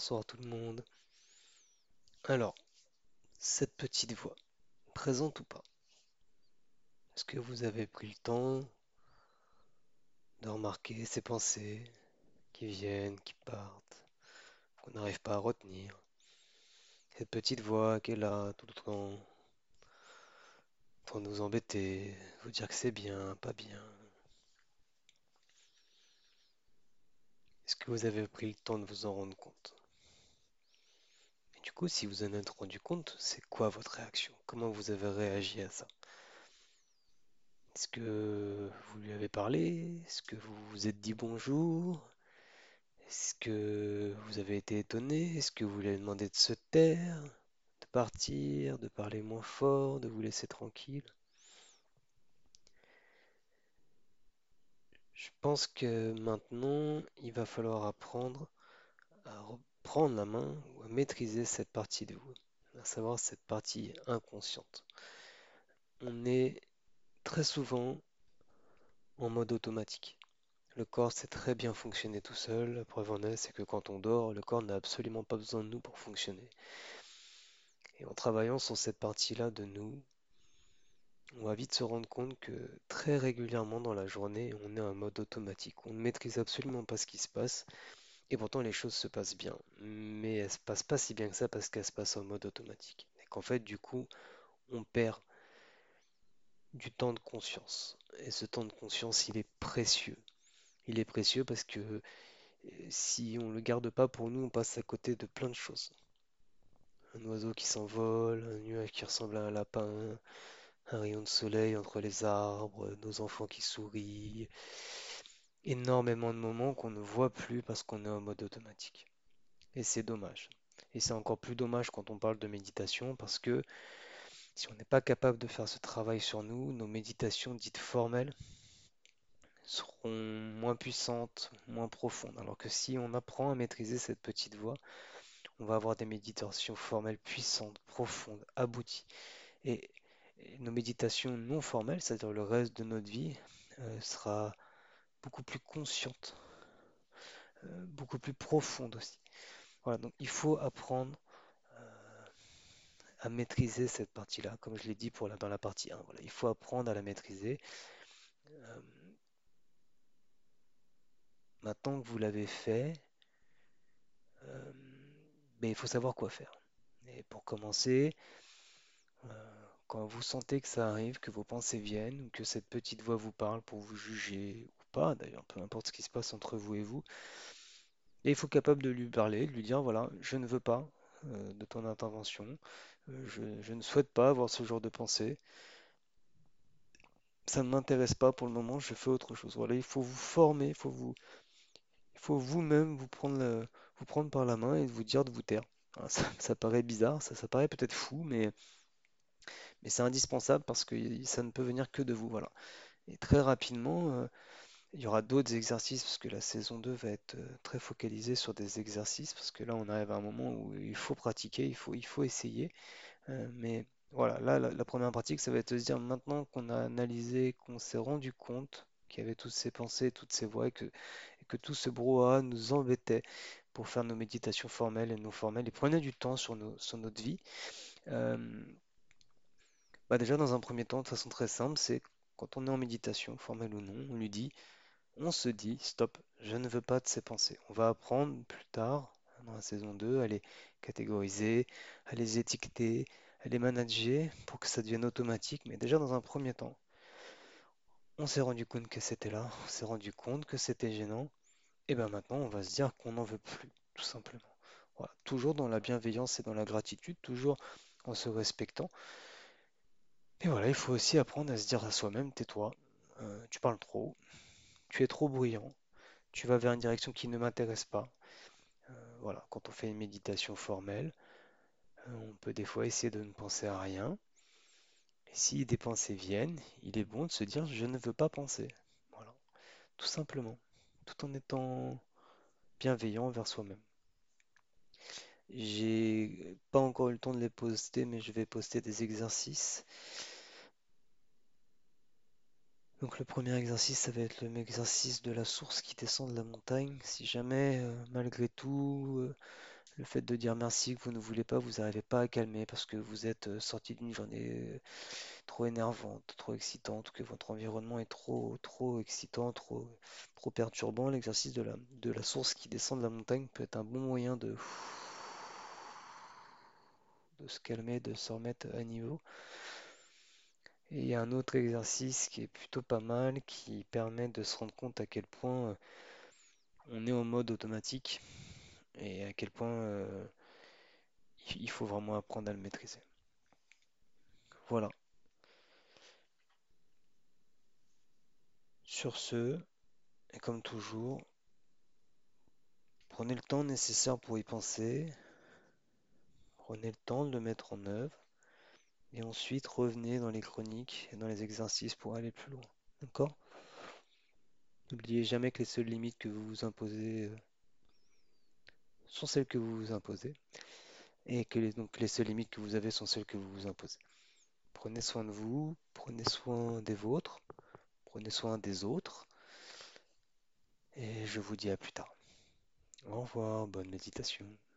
bonsoir tout le monde. Alors, cette petite voix, présente ou pas, est-ce que vous avez pris le temps de remarquer ces pensées qui viennent, qui partent, qu'on n'arrive pas à retenir? Cette petite voix qui est là tout le temps, en train de vous embêter, vous dire que c'est bien, pas bien. Est-ce que vous avez pris le temps de vous en rendre compte? Et du coup, si vous en êtes rendu compte, c'est quoi votre réaction? Comment vous avez réagi à ça? Est-ce que vous lui avez parlé? Est-ce que vous vous êtes dit bonjour? Est-ce que vous avez été étonné? Est-ce que vous lui avez demandé de se taire, de partir, de parler moins fort, de vous laisser tranquille? Je pense que maintenant, il va falloir apprendre à reprendre la main ou à maîtriser cette partie de vous, à savoir cette partie inconsciente. On est très souvent en mode automatique. Le corps sait très bien fonctionner tout seul. La preuve en est, c'est que quand on dort, le corps n'a absolument pas besoin de nous pour fonctionner. Et en travaillant sur cette partie-là de nous, on va vite se rendre compte que très régulièrement dans la journée, on est en mode automatique. On ne maîtrise absolument pas ce qui se passe, et pourtant les choses se passent bien. Mais elles se passent pas si bien que ça parce qu'elles se passent en mode automatique. Et qu'en fait, du coup, on perd du temps de conscience. Et ce temps de conscience, il est précieux. Il est précieux parce que si on ne le garde pas pour nous, on passe à côté de plein de choses. Un oiseau qui s'envole, un nuage qui ressemble à un lapin, un rayon de soleil entre les arbres, nos enfants qui sourient, énormément de moments qu'on ne voit plus parce qu'on est en mode automatique. Et c'est dommage. Et c'est encore plus dommage quand on parle de méditation parce que si on n'est pas capable de faire ce travail sur nous, nos méditations dites formelles seront moins puissantes, moins profondes. Alors que si on apprend à maîtriser cette petite voix, on va avoir des méditations formelles puissantes, profondes, abouties. Et, et nos méditations non formelles, c'est-à-dire le reste de notre vie, sera beaucoup plus consciente, beaucoup plus profonde aussi. Voilà, donc il faut apprendre à maîtriser cette partie-là, comme je l'ai dit dans la partie 1. Voilà, il faut apprendre à la maîtriser. Euh, Maintenant que vous l'avez fait, euh, mais il faut savoir quoi faire. Et pour commencer, quand vous sentez que ça arrive, que vos pensées viennent, ou que cette petite voix vous parle pour vous juger, ou pas d'ailleurs, peu importe ce qui se passe entre vous et vous, et il faut être capable de lui parler, de lui dire, voilà, je ne veux pas de ton intervention, je ne souhaite pas avoir ce genre de pensée, ça ne m'intéresse pas pour le moment, je fais autre chose. Voilà, il faut vous former, il faut vous-même vous prendre par la main et vous dire de vous taire. Voilà, ça paraît bizarre, ça paraît peut-être fou, mais c'est indispensable parce que ça ne peut venir que de vous. Voilà. Et très rapidement, il y aura d'autres exercices parce que la saison 2 va être très focalisée sur des exercices parce que là, on arrive à un moment où il faut pratiquer, il faut essayer. Mais voilà, là, la première pratique, ça va être de se dire maintenant qu'on a analysé, qu'on s'est rendu compte qu'il y avait toutes ces pensées, toutes ces voix et que tout ce brouhaha nous embêtait pour faire nos méditations formelles et non formelles et prenait du temps sur notre vie. Euh, Bah déjà, dans un premier temps, de façon très simple, c'est quand on est en méditation, formelle ou non, on se dit, stop, je ne veux pas de ces pensées. On va apprendre plus tard, dans la saison 2, à les catégoriser, à les étiqueter, à les manager pour que ça devienne automatique. Mais déjà, dans un premier temps, on s'est rendu compte que c'était là, on s'est rendu compte que c'était gênant. Et bien maintenant, on va se dire qu'on n'en veut plus, tout simplement. Voilà. Toujours dans la bienveillance et dans la gratitude, toujours en se respectant. Et voilà, il faut aussi apprendre à se dire à soi-même, tais-toi, tu parles trop, tu es trop bruyant, tu vas vers une direction qui ne m'intéresse pas. Voilà, quand on fait une méditation formelle, on peut des fois essayer de ne penser à rien. Et si des pensées viennent, il est bon de se dire je ne veux pas penser. Voilà, tout simplement, tout en étant bienveillant envers soi-même. J'ai pas encore eu le temps de les poster, mais je vais poster des exercices. Donc le premier exercice, ça va être l'exercice de la source qui descend de la montagne. Si jamais, malgré tout, Le fait de dire merci que vous ne voulez pas, vous n'arrivez pas à calmer parce que vous êtes sorti d'une journée trop énervante, trop excitante, que votre environnement est trop excitant, trop perturbant. L'exercice de la source qui descend de la montagne peut être un bon moyen de se calmer, de se remettre à niveau. Et il y a un autre exercice qui est plutôt pas mal, qui permet de se rendre compte à quel point on est en mode automatique et à quel point il faut vraiment apprendre à le maîtriser. Voilà. Sur ce, et comme toujours, prenez le temps nécessaire pour y penser, prenez le temps de le mettre en œuvre, et ensuite revenez dans les chroniques et dans les exercices pour aller plus loin. D'accord? N'oubliez jamais que les seules limites que vous vous imposez sont celles que vous vous imposez, et que donc les seules limites que vous avez sont celles que vous vous imposez. Prenez soin de vous, prenez soin des vôtres, prenez soin des autres, et je vous dis à plus tard. Au revoir, bonne méditation.